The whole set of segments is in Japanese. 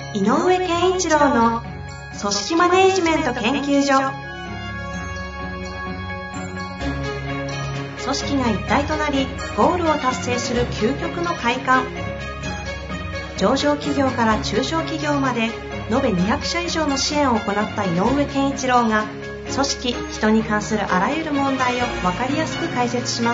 井上健一郎の組織マネジメント研究所。組織が一体となりゴールを達成する究極の快感。上場企業から中小企業まで延べ200社以上の支援を行った井上健一郎が、組織・人に関するあらゆる問題を分かりやすく解説します。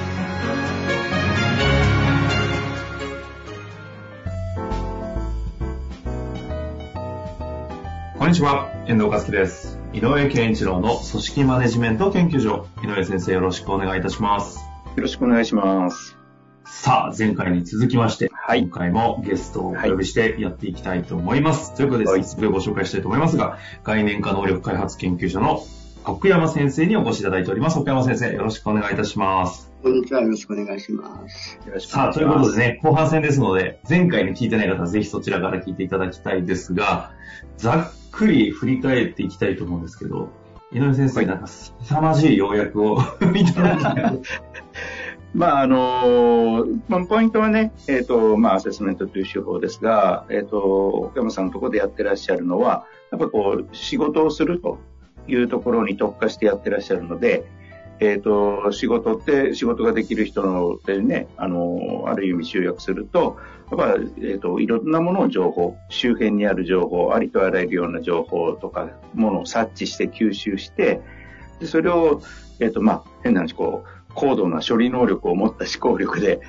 こんにちは、遠藤和樹です。井上健一郎の組織マネジメント研究所。井上先生、よろしくお願いいたします。 よろしくお願いします。 さあ、前回に続きまして、今回もゲストをお呼びしてやっていきたいと思います。ということで、早速ご紹介したいと思いますが、概念化能力開発研究所の奥山先生にお越しいただいております。奥山先生、よろしくお願いいたします。 こんにちは、よろしくお願いします。 さあ、ということでね、後半戦ですので、前回に聞いてない方はぜひそちらから聞いていただきたいですが、ざっくり振り返っていきたいと思うんですけど、井上先生、なんか凄まじい要約をいただきたい。 ポイントはね、アセスメントという手法ですが、奥山さんのところでやってらっしゃるのは、やっぱこう、仕事をするというところに特化してやってらっしゃるので、仕事ができる人のでね、ある意味集約すると、やっぱ、いろんなものを情報、周辺にある情報、ありとあらゆるような情報とか、ものを察知して吸収して、でそれを、変な話、高度な処理能力を持った思考力で、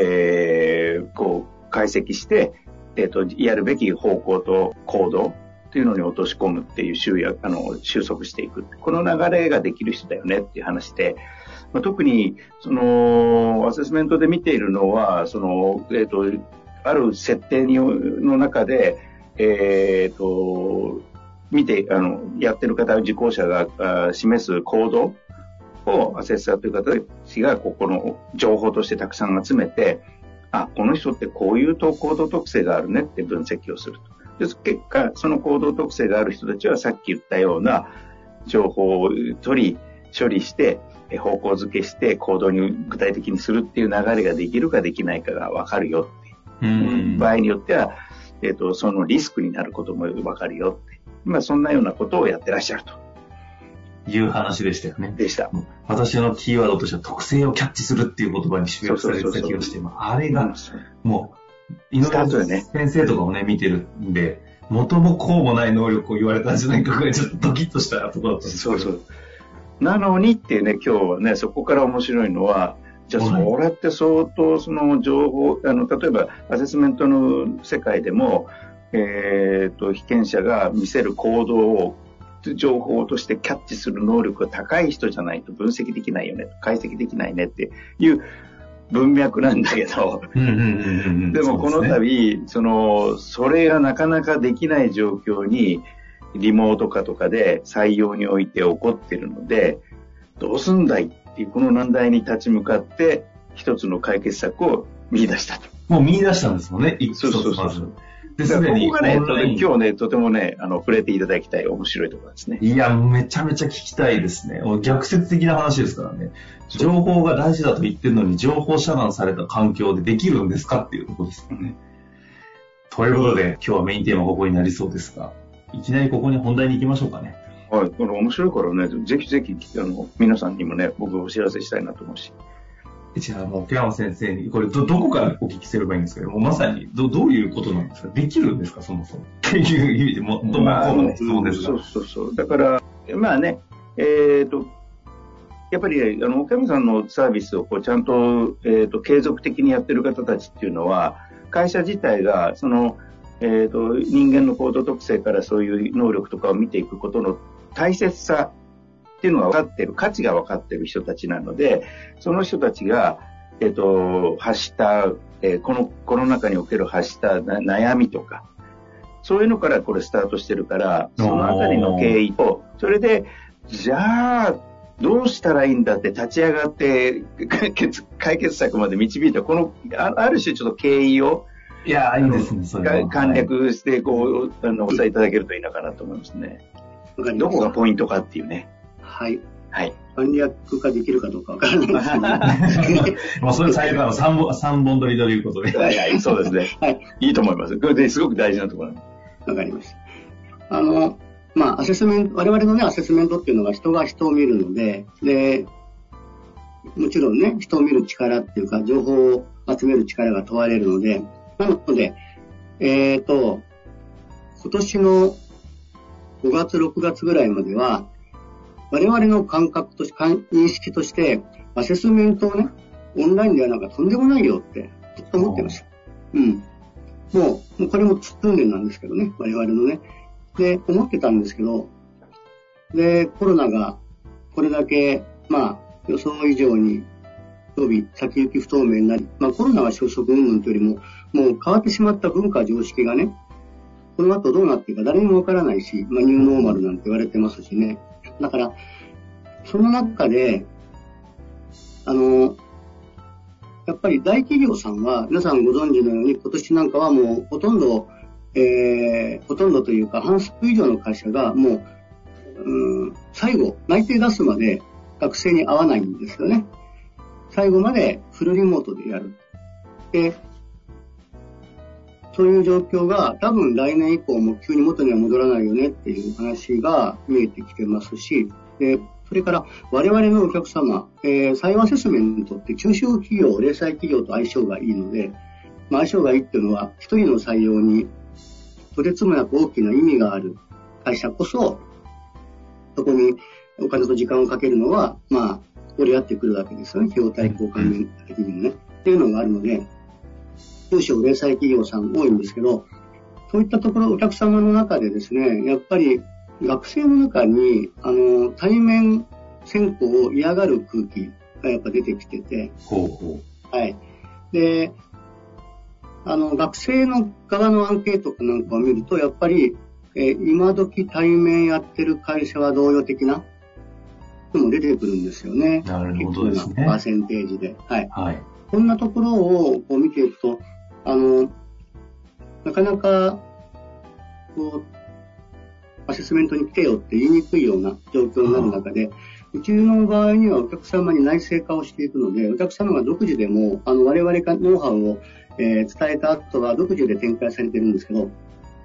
解析して、やるべき方向と行動っていうのに落とし込むっていう収束していく。この流れができる人だよねっていう話で、特に、アセスメントで見ているのは、ある設定の中で、やってる方、受講者が示す行動をアセッサーという方がここの情報としてたくさん集めて、この人ってこういう行動特性があるねって分析をすると。で結果、その行動特性がある人たちはさっき言ったような情報を取り、処理して、方向づけして行動に具体的にするっていう流れができるかできないかが分かるよっていう。場合によっては、そのリスクになることも分かるよって。そんなようなことをやってらっしゃると。 いう話でしたよね。 でした。 私のキーワードとしては特性をキャッチするっていう言葉に集約されてた気がして、あれが、もう、井上先生とかをね、見てるんで、元もこうもない能力を言われたんじゃないかぐらいちょっとドキッとしたところだったんですけど。そう。 なのにってね、今日はね、そこから面白いのは、じゃあそれって相当その情報、例えばアセスメントの世界でも、被験者が見せる行動を情報としてキャッチする能力が高い人じゃないと分析できないよね、解析できないねっていう文脈なんだけど、でもこの度、それがなかなかできない状況にリモート化とかで採用において起こっているので、どうすんだいっていうこの難題に立ち向かって一つの解決策を見出したと。 もう見出したんですもんね。 そう。でここがね、今日ね、とてもね、触れていただきたい面白いところですね。 いや、めちゃめちゃ聞きたいですね。逆説的な話ですからね。情報が大事だと言ってるのに、情報遮断された環境でできるんですかっていうところですよね。ということで、今日はメインテーマここになりそうですが、いきなりここに本題に行きましょうかね。 はい、これ面白いからね、ぜひぜひ、皆さんにもね、僕お知らせしたいなと思うし。 じゃあもう、奥山先生に、これどこからお聞きすればいいんですかね。もうまさにどういうことなんですか。できるんですか、そもそも。っていう意味でも、そうですが。 そう。だから、やっぱり、奥山さんのサービスをちゃんと、継続的にやってる方たちっていうのは、会社自体が、人間の行動特性からそういう能力とかを見ていくことの大切さっていうのが分かっている、価値が分かっている人たちなので、その人たちが、発した、この中における発した悩みとか、そういうのからこれスタートしてるから、そのあたりの経緯と、それで、じゃあ、どうしたらいいんだって立ち上がって解決策まで導いた、この、ある種ちょっと経緯を、 いや、いいですね、それは。 簡略して、お伝えいただけるといいのかなと思いますね。どこがポイントかっていうね。 はい。 はい。 簡略化できるかどうかわからないですけど、 まあそれ最後の3本取りということで。 はいはい、そうですね。はい。いいと思います。これですごく大事なところ。 わかりました。まあ、アセスメント、我々のね、アセスメントっていうのは人が人を見るので、もちろんね、人を見る力っていうか、情報を集める力が問われるので、なので、今年の5月、6月ぐらいまでは、我々の感覚として、認識として、アセスメントをね、オンラインではなんかとんでもないよって、ずっと思ってました。うん。もうこれも訓練なんですけどね、我々のね。で、思ってたんですけど、で、コロナがこれだけ、まあ、予想以上に先行き不透明になり、まあコロナが収束云々というよりも、もう変わってしまった文化常識がね、この後どうなっていくか誰にもわからないし、まあニューノーマルなんて言われてますしね。だから、その中で、やっぱり大企業さんは、皆さんご存知のように、今年なんかはもうほとんどというか、半数以上の会社がもう、最後、内定出すまで学生に会わないんですよね。最後までフルリモートでやる。で、そういう状況が多分来年以降も急に元には戻らないよねっていう話が見えてきてますし、で、それから我々のお客様、採用アセスメントって中小企業、零細企業と相性がいいので、まあ、相性がいいっていうのは一人の採用にとてつもなく大きな意味がある会社こそ、そこにお金と時間をかけるのは、まあ、折り合ってくるわけですよね。費用対効果的にもね。っていうのがあるので、中小零細企業さん多いんですけど、そういったところ、お客様の中でですね、やっぱり学生の中に、対面選考を嫌がる空気がやっぱ出てきてて、はい。で、学生の側のアンケートかなんかを見ると、やっぱり、今時対面やってる会社は同様的なのも出てくるんですよね。 なるほどですね。 パーセンテージで。はい。 はい。 こんなところをこう見ていくと、なかなか、こう、アセスメントに来てよって言いにくいような状況になる中で、うちの場合にはお客様に内製化をしていくので、お客様が独自でも、我々がノウハウを、伝えた後は独自で展開されてるんですけど、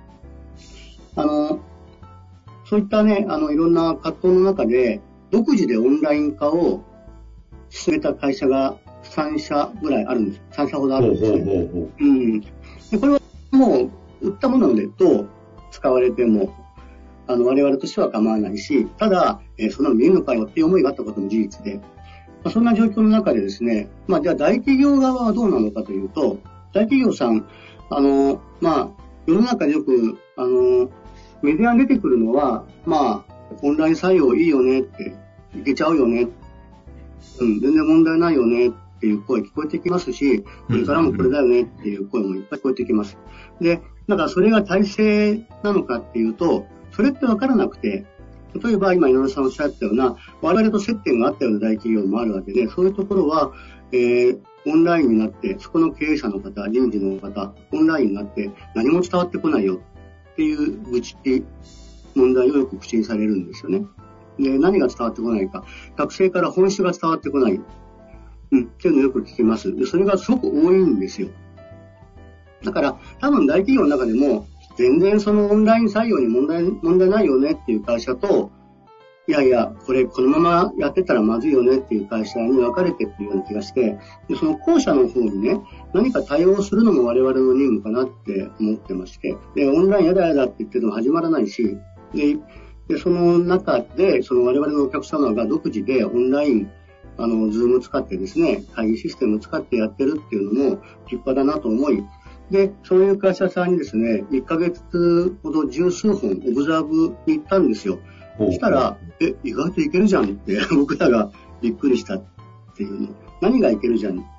そういったね、いろんな葛藤の中で、独自でオンライン化を進めた会社が3社ぐらいあるんです。3社ほどあるんですね。うん。で、これはもう、売ったものでどう使われても、我々としては構わないし、ただ、そんなの見えるのかよっていう思いがあったことも事実で、そんな状況の中でですね、じゃあ大企業側はどうなのかというと、大企業さん、世の中でよく、メディアに出てくるのは、オンライン採用いいよねって、いけちゃうよね、全然問題ないよねっていう声聞こえてきますし、これからもこれだよねっていう声もいっぱい聞こえてきます。で、だからそれが体制なのかっていうと、それって分からなくて、例えば今井上さんおっしゃったような、我々と接点があったような大企業もあるわけで、そういうところは、オンラインになって、そこの経営者の方、人事の方、オンラインになって何も伝わってこないよっていう問題をよく口にされるんですよね。で、何が伝わってこないか。学生から本質が伝わってこない。っていうのをよく聞きます。で、それがすごく多いんですよ。だから、多分大企業の中でも、全然そのオンライン採用に問題ないよねっていう会社と、いやいや、このままやってたらまずいよねっていう会社に分かれているような気がして、で、その後者の方にね、何か対応するのも我々の任務かなって思ってまして、で、オンラインやだやだって言ってても始まらないし、で、その中で、その我々のお客様が独自でオンライン、ズーム使ってですね、会議システムを使ってやってるっていうのも立派だなと思い、で、そういう会社さんにですね、1ヶ月ほど十数本オブザーブに行ったんですよ。そしたら、意外といけるじゃんって僕らがびっくりしたっていうの。何がいけるじゃんって、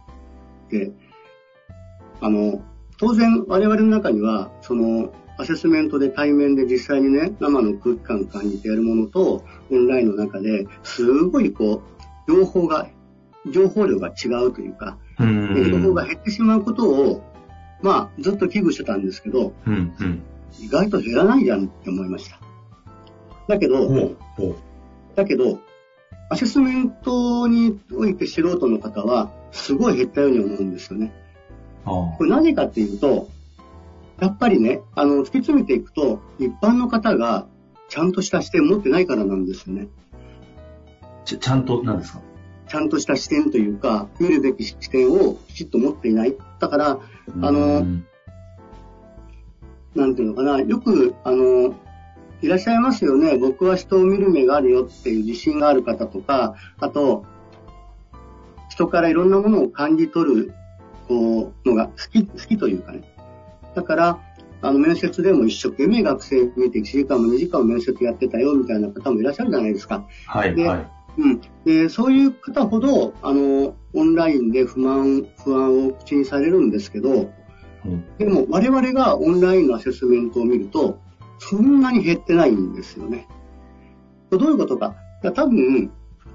当然我々の中には、その、アセスメントで対面で実際にね、生の空気感を感じてやるものと、オンラインの中で、すごい情報量が違うというか、情報が減ってしまうことを、ずっと危惧してたんですけど、意外と減らないじゃんって思いました。だけど、 アセスメントにおいて素人の方はすごい減ったように思うんですよね。これなぜかっていうと、やっぱりね、突き詰めていくと、一般の方がちゃんとした視点を持ってないからなんですよね。 ちゃんと何ですか？ ちゃんとした視点というか、見るべき視点をきちっと持っていない。だから、なんていうのかな、よく、いらっしゃいますよね。僕は人を見る目があるよっていう自信がある方とか、あと、人からいろんなものを感じ取る、のが好きというかね。だから、面接でも一生懸命学生見て1時間も2時間も面接やってたよみたいな方もいらっしゃるじゃないですか。 はい、はい。 で、そういう方ほど、オンラインで不安を口にされるんですけど、でも我々がオンラインのアセスメントを見ると、そんなに減ってないんですよね。どういうことか。多分、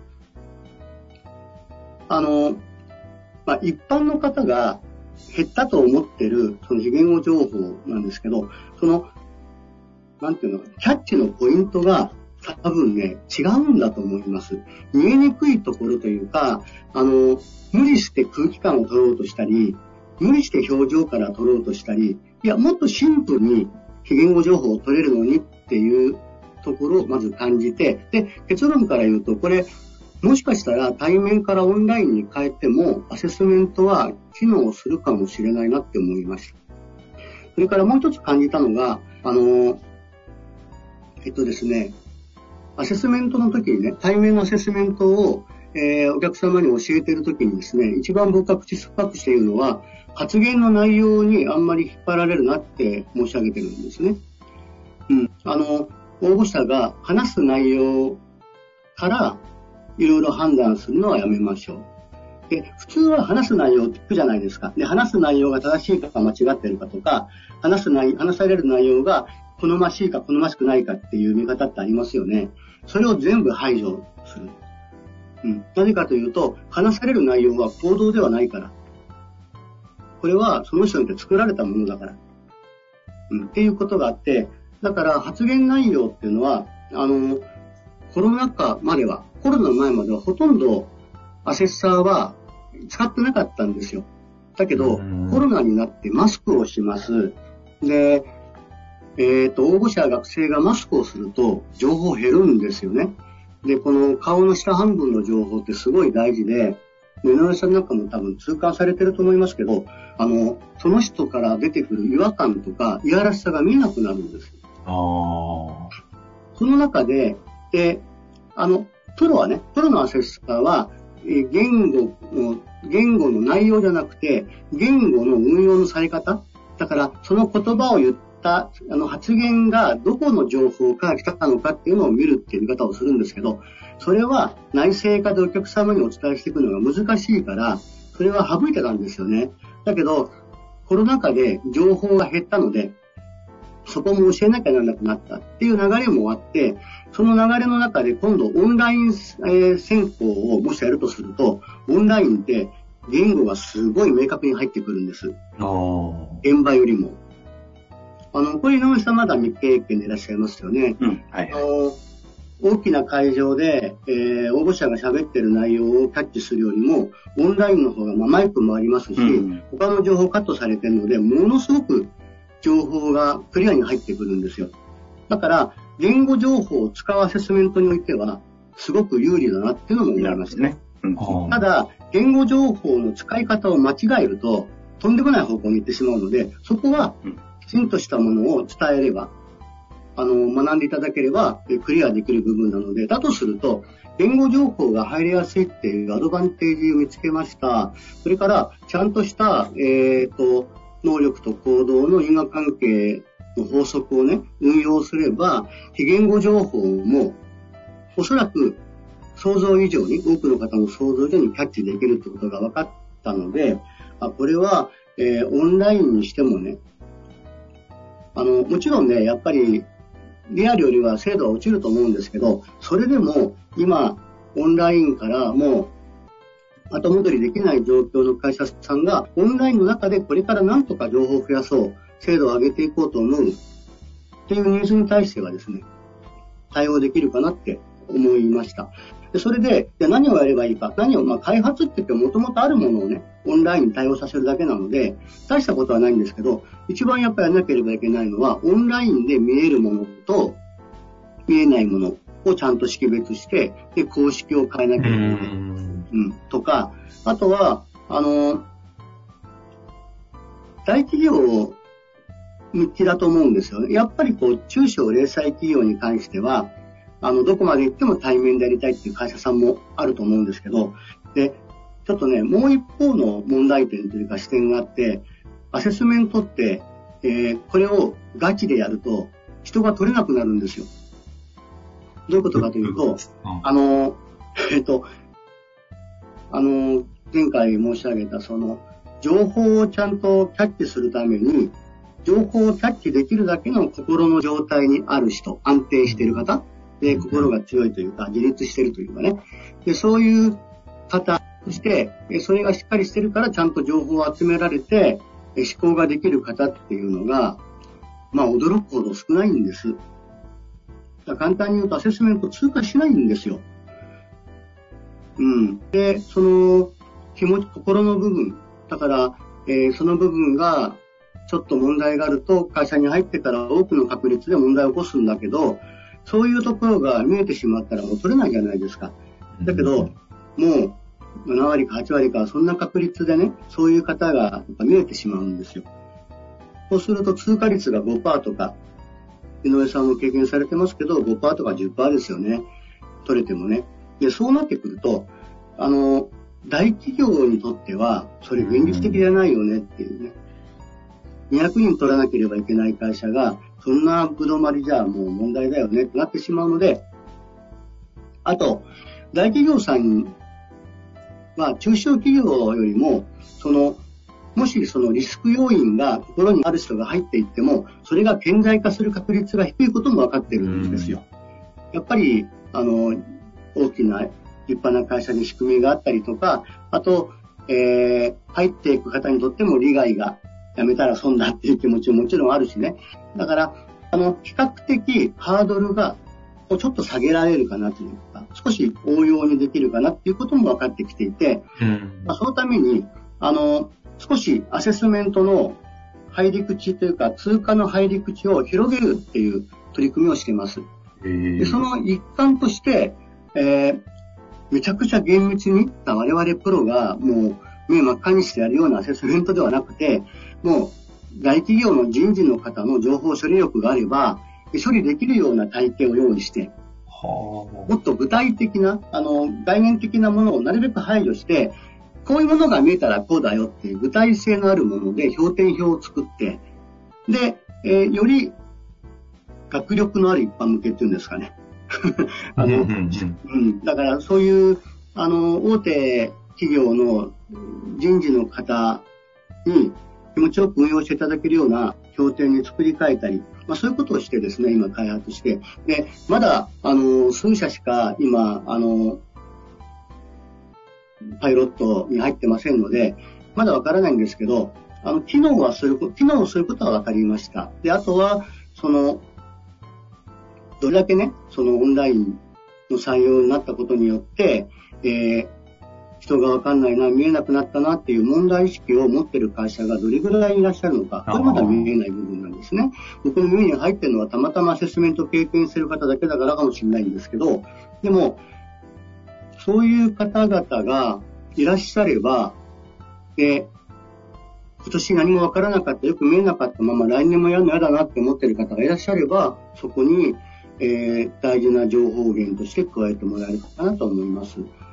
一般の方が減ったと思ってる、その非言語情報なんですけど、なんていうの、キャッチのポイントが多分ね、違うんだと思います。見えにくいところというか、無理して空気感を取ろうとしたり、無理して表情から取ろうとしたり、いや、もっとシンプルに非言語情報を取れるのにっていうところをまず感じて、で、結論から言うと、これ、もしかしたら対面からオンラインに変えても、アセスメントは機能するかもしれないなって思いました。それからもう一つ感じたのが、ですね、アセスメントの時にね、対面のアセスメントを、お客様に教えている時にですね、一番僕が口酸っぱくしているのは、発言の内容にあんまり引っ張られるなって申し上げてるんですね。応募者が話す内容からいろいろ判断するのはやめましょう。で、普通は話す内容を聞くじゃないですか。で、話す内容が正しいか間違っているかとか、話される内容が好ましいか好ましくないかっていう見方ってありますよね。それを全部排除する。なぜかというと、話される内容は行動ではないから。これはその人によって作られたものだから。っていうことがあって、だから発言内容っていうのは、コロナ禍までは、コロナの前まではほとんどアセッサーは使ってなかったんですよ。だけど、コロナになってマスクをします。で、応募者、学生がマスクをすると情報減るんですよね。で、この顔の下半分の情報ってすごい大事で、井上さんなんかも多分痛感されてると思いますけど、その人から出てくる違和感とか、いやらしさが見えなくなるんです。その中で、プロのアセッサーは、言語の内容じゃなくて、言語の運用のされ方。だから、その言葉を言った発言がどこの情報から来たのかっていうのを見るっていう見方をするんですけど、それは内製化でお客様にお伝えしていくのが難しいから、それは省いてたんですよね。だけど、コロナ禍で情報が減ったので、そこも教えなきゃならなくなったっていう流れもあって、その流れの中で今度オンライン選考をもしやるとすると、オンラインって言語がすごい明確に入ってくるんです。現場よりも。これ井上さんまだ未経験でいらっしゃいますよね。大きな会場で、応募者が喋ってる内容をキャッチするよりも、オンラインの方がマイクもありますし、他の情報カットされてるので、ものすごく情報がクリアに入ってくるんですよ。だから、言語情報を使うアセスメントにおいては、すごく有利だなっていうのも思いますね。ただ、言語情報の使い方を間違えると、とんでもない方向に行ってしまうので、そこは、きちんとしたものを伝えれば、学んでいただければクリアできる部分なので、だとすると、言語情報が入りやすいっていうアドバンテージを見つけました。それから、ちゃんとした、能力と行動の因果関係の法則をね、運用すれば、非言語情報も、おそらく想像以上に、多くの方の想像以上にキャッチできるということが分かったので、これは、オンラインにしてもね、もちろんね、やっぱり、リアルよりは精度は落ちると思うんですけど、それでも今、オンラインからもう後戻りできない状況の会社さんが、オンラインの中でこれから何とか情報を増やそう、精度を上げていこうと思うっていうニーズに対してはですね、対応できるかなって思いました。でそれで、何をやればいいか。開発って言ってもともとあるものをね、オンラインに対応させるだけなので、大したことはないんですけど、一番やっぱりやらなければいけないのは、オンラインで見えるものと見えないものをちゃんと識別して、で、公式を変えなければいけない。とか、あとは、大企業向きだと思うんですよね。やっぱり中小零細企業に関しては、どこまで行っても対面でやりたいっていう会社さんもあると思うんですけど、で、ちょっとね、もう一方の問題点というか視点があって、アセスメントって、これをガチでやると、人が取れなくなるんですよ。どういうことかというと、前回申し上げた、情報をちゃんとキャッチするために、情報をキャッチできるだけの心の状態にある人、安定している方、で、心が強いというか、自立しているというかね。で、そういう方として、それがしっかりしているから、ちゃんと情報を集められて、思考ができる方っていうのが、驚くほど少ないんです。簡単に言うと、アセスメント通過しないんですよ。で、心の部分、だから、その部分が、ちょっと問題があると、会社に入ってから多くの確率で問題を起こすんだけど、そういうところが見えてしまったらもう取れないじゃないですか。だけど、もう7割か8割か、そんな確率でね、そういう方がやっぱ見えてしまうんですよ。そうすると通過率が 5% とか、井上さんも経験されてますけど、5% とか 10% ですよね。取れてもね。で、そうなってくると、大企業にとっては、それ現実的じゃないよねっていうね。200人取らなければいけない会社が、そんなぶどまりじゃもう問題だよねってなってしまうので、あと、大企業さんは中小企業よりも、もしリスク要因が心にある人が入っていっても、それが顕在化する確率が低いことも分かっているんですよ。やっぱり、大きな立派な会社に仕組みがあったりとか、あと、入っていく方にとっても利害がやめたら損だっていう気持ちももちろんあるしね。だから、比較的ハードルがちょっと下げられるかなというか、少し応用にできるかなっていうことも分かってきていて、そのために、少しアセスメントの入り口というか、通過の入り口を広げるっていう取り組みをしています。でその一環として、めちゃくちゃ厳密に我々プロがもう目真っ赤にしてやるようなアセスメントではなくて、もう大企業の人事の方の情報処理力があれば、処理できるような体系を用意して、もっと具体的な、概念的なものをなるべく排除して、こういうものが見えたらこうだよっていう具体性のあるもので標点表を作って、で、より学力のある一般向けっていうんですかね。だからそういう、大手企業の人事の方に気持ちよく運用していただけるような標点に作り変えたり、そういうことをしてですね、今開発して、で、まだ、数社しか今、パイロットに入ってませんので、まだわからないんですけど、機能をすることはわかりました。で、あとは、どれだけね、オンラインの採用になったことによって、人がわかんないな、見えなくなったなっていう問題意識を持っている会社がどれぐらいいらっしゃるのか、これまだ見えない部分なんですね。僕の耳に入ってるのはたまたまアセスメントを経験している方だけだからかもしれないんですけど、でも、そういう方々がいらっしゃれば、今年何もわからなかった、よく見えなかったまま来年もやるの嫌だなって思っている方がいらっしゃれば、そこに、大事な情報源として加えてもらえるかなと思います。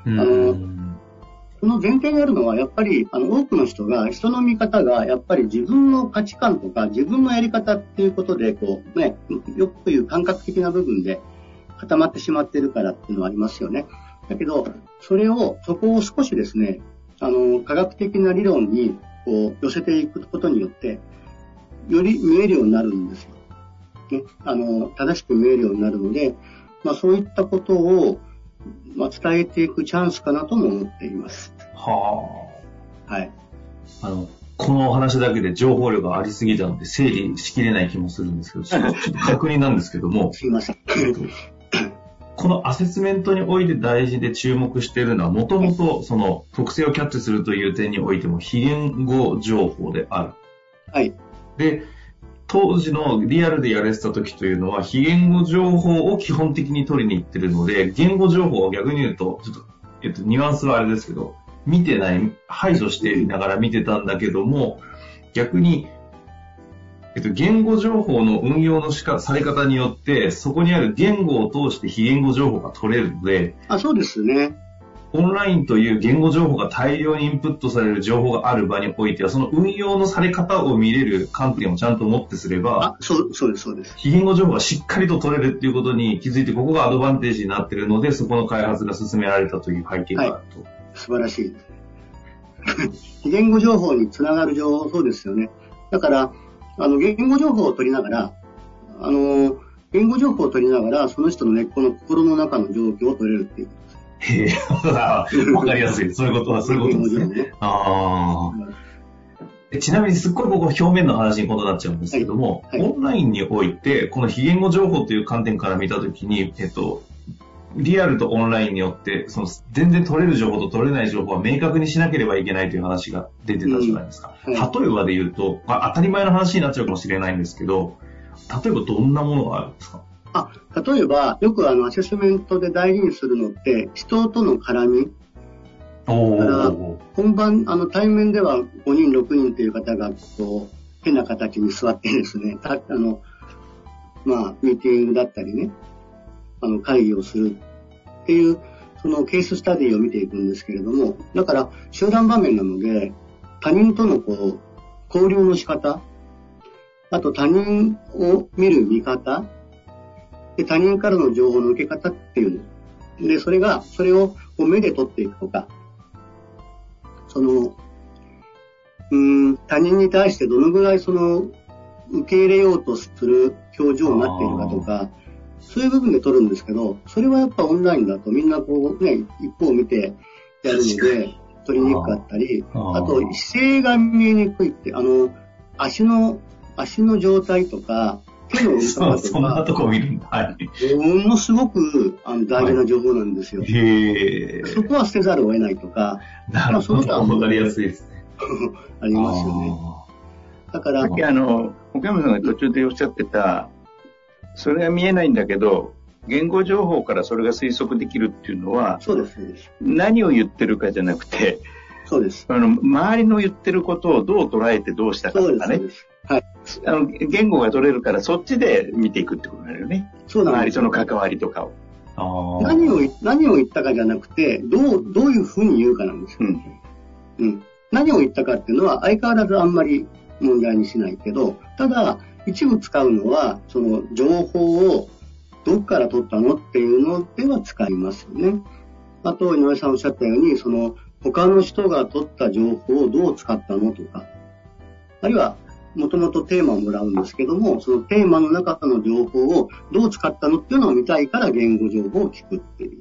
その前提にあるのは、やっぱり、多くの人の見方が、やっぱり自分の価値観とか、自分のやり方っていうことで、よく言う感覚的な部分で固まってしまっているからっていうのはありますよね。だけど、そこを少しですね、科学的な理論に、寄せていくことによって、より見えるようになるんですよ。ね、正しく見えるようになるので、そういったことを、伝えていくチャンスかなとも思っています。はい。 このお話だけで情報量がありすぎたので整理しきれない気もするんですけど、ちょっと確認なんですけども。 すいません。 ここのアセスメントにおいて大事で注目しているのは、もともとその特性をキャッチするという点においても非言語情報である。 はい。 で、当時のリアルでやれてた時というのは、非言語情報を基本的に取りに行ってるので、言語情報を逆に言うと、ちょっと、ニュアンスはあれですけど、見てない、排除していながら見てたんだけども、逆に、言語情報の運用のされ方によって、そこにある言語を通して非言語情報が取れるので、 そうですね。 オンラインという言語情報が大量にインプットされる情報がある場においては、その運用のされ方を見れる観点をちゃんと持ってすれば、 そうです、そうです。 非言語情報がしっかりと取れるっていうことに気づいて、ここがアドバンテージになっているので、そこの開発が進められたという背景があると。 素晴らしいですね。非言語情報につながる情報、そうですよね。だから、言語情報を取りながら、言語情報を取りながら、その人の根っこの心の中の状況を取れるっていうことです。 へえ、わかりやすい。そういうことですね。ちなみにすっごいここ表面の話にことになっちゃうんですけども、オンラインにおいて、この非言語情報という観点から見たときに、リアルとオンラインによって、全然取れる情報と取れない情報は明確にしなければいけないという話が出てたじゃないですか。例えばで言うと、当たり前の話になっちゃうかもしれないんですけど、例えばどんなものがあるんですか？ 例えば、よくアセスメントで大事にするのって、人との絡み。だから本番、対面では5人、6人という方が、変な形に座ってですね、ミーティングだったりね、会議をするっていう、そのケーススタディを見ていくんですけれども、だから、集団場面なので、他人との交流の仕方、あと他人を見る見方、で他人からの情報の受け方っていうの。で、それを目で取っていくとか、他人に対してどのぐらい受け入れようとする表情になっているかとか、そういう部分で取るんですけど、それはやっぱオンラインだとみんな一方を見てやるので、取りにくかったり、あと姿勢が見えにくいって、足の状態とか、手の動かそんなとこ見るんだ。はい。 ものすごく大事な情報なんですよ。そこは捨てざるを得ないとか、 なるほど。わかりやすいですね。 ありますよね。だから、 さっき岡山さんが途中でおっしゃってた、それが見えないんだけど、言語情報からそれが推測できるっていうのは、 そうです。 何を言ってるかじゃなくて、 そうです。 周りの言ってることをどう捉えてどうしたかとかね。 はい。 言語が取れるからそっちで見ていくってことになるよね。 そうなんです。 周りとの関わりとかを。 何を言ったかじゃなくて、どういうふうに言うかなんですよ。何を言ったかっていうのは相変わらずあんまり問題にしないけど、ただ一部使うのは、その情報をどこから取ったのっていうのでは使いますよね。あと、井上さんおっしゃったように、他の人が取った情報をどう使ったのとか、あるいは、もともとテーマをもらうんですけども、そのテーマの中の情報をどう使ったのっていうのを見たいから言語情報を聞くっていう。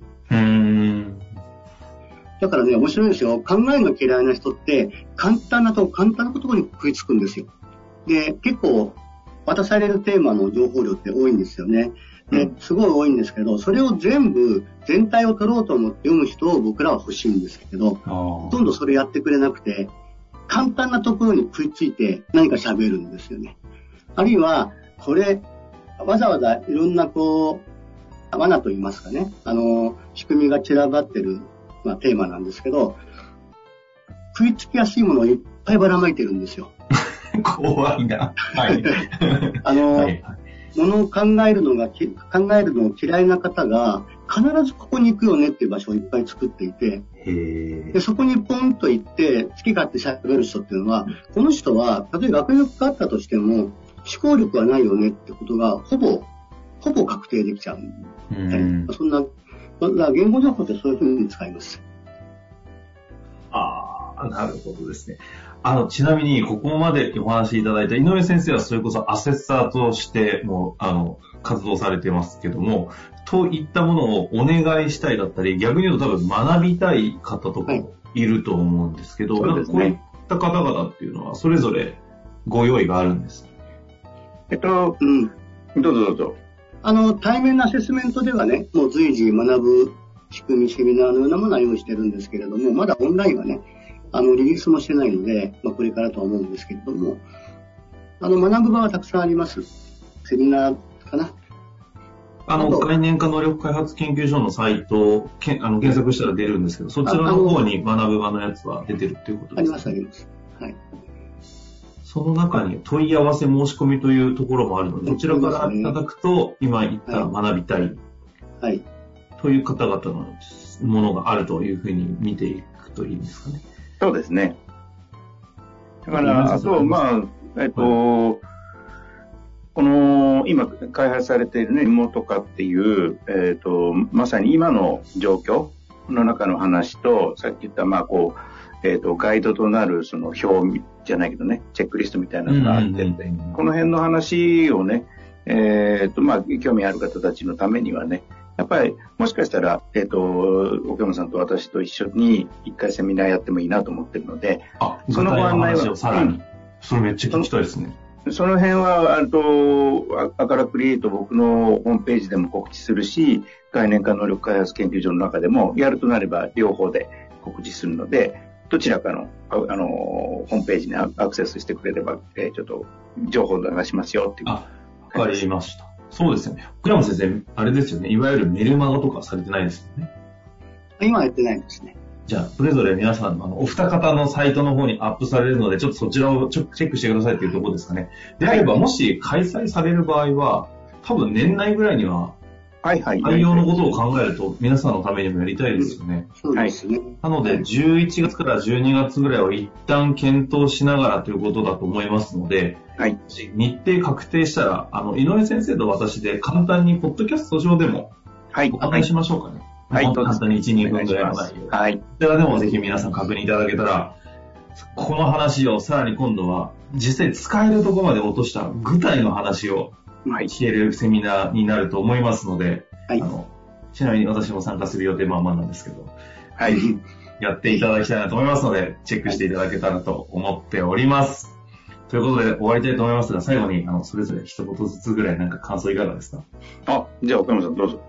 だからね、面白いんですよ。考えるの嫌いな人って、簡単なことに食いつくんですよ。で、結構、渡されるテーマの情報量って多いんですよね。すごい多いんですけど、それを全体を取ろうと思って読む人を僕らは欲しいんですけど、ほとんどそれやってくれなくて、簡単なところに食いついて何か喋るんですよね。あるいは、わざわざいろんな罠と言いますかね、仕組みが散らばってる、テーマなんですけど、食いつきやすいものをいっぱいばらまいてるんですよ。 怖いな。はい。 ものを考えるのを嫌いな方が、必ずここに行くよねっていう場所をいっぱい作っていて、でそこにポンと行って好き勝手喋る人っていうのは、この人は例えば学力があったとしても思考力はないよねってことがほぼ確定できちゃう。そんな言語情報ってそういうふうに使います。 なるほどですね。ちなみにここまでお話しいただいた井上先生はそれこそアセッサーとしても活動されてますけども、といったものをお願いしたいだったり、逆に言うと多分学びたい方とかもいると思うんですけど、 そうですね、 こういった方々っていうのはそれぞれご用意があるんです。 どうぞ。 対面のアセスメントではね、もう随時学ぶ仕組み、セミナーのようなものは用意してるんですけれども、まだオンラインはね、リリースもしてないので、これからとは思うんですけれども、学ぶ場はたくさんあります。セミナーかな。 概念化能力開発研究所のサイトを検索したら出るんですけど、そちらの方に学ぶ場のやつは出てるっていうことですか？ あります。はい。 その中に問い合わせ申し込みというところもあるので、そちらからいただくと、今言った学びたい、 はい。 という方々のものがあるというふうに見ていくといいんですかね。 そうですね。だから、あと、この今開発されているね、リモート化っていう、まさに今の状況の中の話と、さっき言ったガイドとなるその表じゃないけどね、チェックリストみたいなのがあって、この辺の話をね、興味ある方たちのためにはね、やっぱりもしかしたら、奥山さんと私と一緒に一回セミナーやってもいいなと思ってるので、 そのご案内をさらに、それめっちゃ聞きたいですね。 その辺は、アカラクリエイト僕のホームページでも告知するし、概念化能力開発研究所の中でも、やるとなれば両方で告知するので、どちらかの、ホームページにアクセスしてくれれば、ちょっと情報を流しますよっていう。 わかりました。そうですよね。福山先生、あれですよね。いわゆるメルマガとかされてないですよね。 今はやってないんですね。 じゃあ、それぞれ皆さん、お二方のサイトの方にアップされるので、ちょっとそちらをチェックしてくださいというところですかね。であれば、もし開催される場合は、多分年内ぐらいには、内容のことを考えると、皆さんのためにもやりたいですよね。 そうですね。 なので、11月から12月ぐらいを一旦検討しながらということだと思いますので、日程確定したら、井上先生と私で簡単にポッドキャスト上でも、お話ししましょうかね。簡単に1、2分ぐらいの内容。こちらでもぜひ皆さん確認いただけたら、この話をさらに今度は実際使えるところまで落とした具体の話を聞けるセミナーになると思いますので、ちなみに私も参加する予定ままなんですけど、やっていただきたいなと思いますので、チェックしていただけたらと思っております。ということで終わりたいと思いますが、最後にそれぞれ一言ずつぐらい感想いかがですか？ じゃあ岡山さんどうぞ。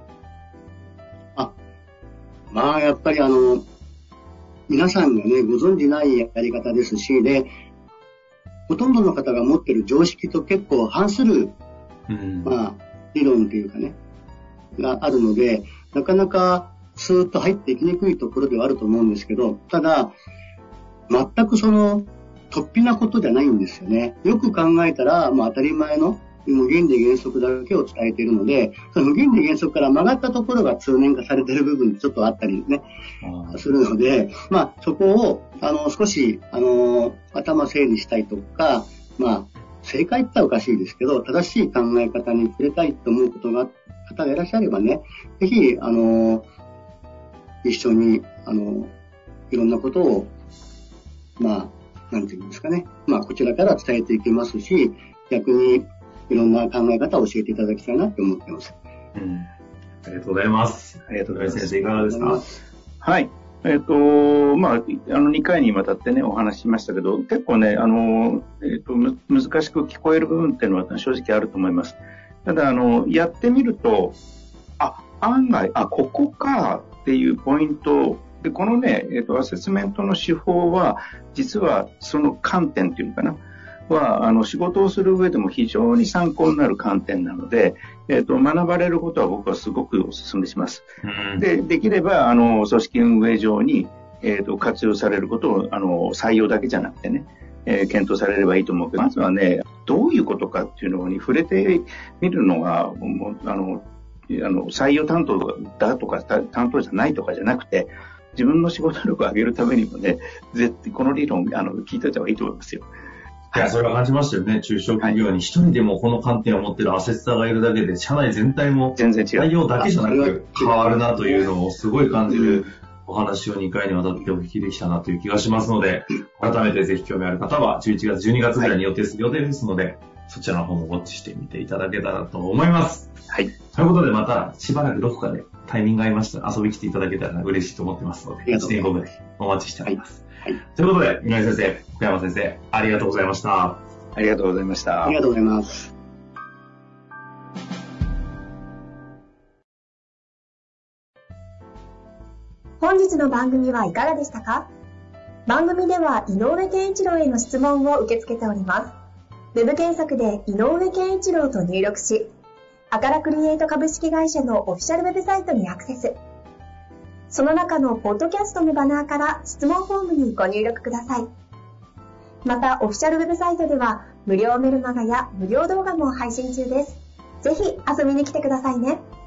やっぱり皆さんがね、ご存じないやり方ですし、で、ほとんどの方が持っている常識と結構反する、理論というかね、があるので、なかなかスーッと入っていきにくいところではあると思うんですけど、ただ、全く突飛なことじゃないんですよね。よく考えたら、当たり前の原理原則だけを伝えているので、その原理原則から曲がったところが通念化されている部分ちょっとあったりね、するので、そこを、少し、頭整理したいとか、正解って言ったらおかしいですけど、正しい考え方に触れたいと思う方がいらっしゃればね、ぜひ、一緒に、いろんなことを、なんていうんですかね、こちらから伝えていけますし、逆に、いろんな考え方を教えていただきたいなって思ってます。 ありがとうございます。ありがとうございます。先生いかがですか？ はい。2回にわたってね、お話ししましたけど、結構ね、難しく聞こえる部分っていうのは正直あると思います。ただ、やってみると、案外、ここかっていうポイントで、このね、アセスメントの手法は、実はその観点っていうのかな、仕事をする上でも非常に参考になる観点なので、学ばれることは僕はすごくお勧めします。できれば、組織運営上に、活用されることを、採用だけじゃなくてね、検討されればいいと思うけど、まずはね、どういうことかっていうのに触れてみるのが、採用担当だとか、担当じゃないとかじゃなくて、自分の仕事力を上げるためにもね、絶対この理論、聞いておいた方がいいと思いますよ。 いや、それは感じましたよね。中小企業に一人でもこの観点を持っているアセッサーがいるだけで、社内全体も全然違う。 採用だけじゃなく変わるなというのをすごい感じるお話を2回にわたってお聞きできたなという気がしますので、改めてぜひ興味ある方は11月、12月ぐらいに予定ですので、そちらの方もウォッチしてみていただけたらと思います。 はい。 ということで、またしばらくどこかでタイミングが合いましたら遊びに来ていただけたら嬉しいと思ってますので、1年後ぐらいお待ちしております。ということで、井上先生、福山先生、ありがとうございました。 ありがとうございました。 ありがとうございます。 本日の番組はいかがでしたか？番組では井上健一郎への質問を受け付けております。ウェブ検索で井上健一郎と入力し、アカラクリエイト株式会社のオフィシャルウェブサイトにアクセス。その中のポッドキャストのバナーから質問フォームにご入力ください。また、オフィシャルウェブサイトでは無料メルマガや無料動画も配信中です。ぜひ遊びに来てくださいね。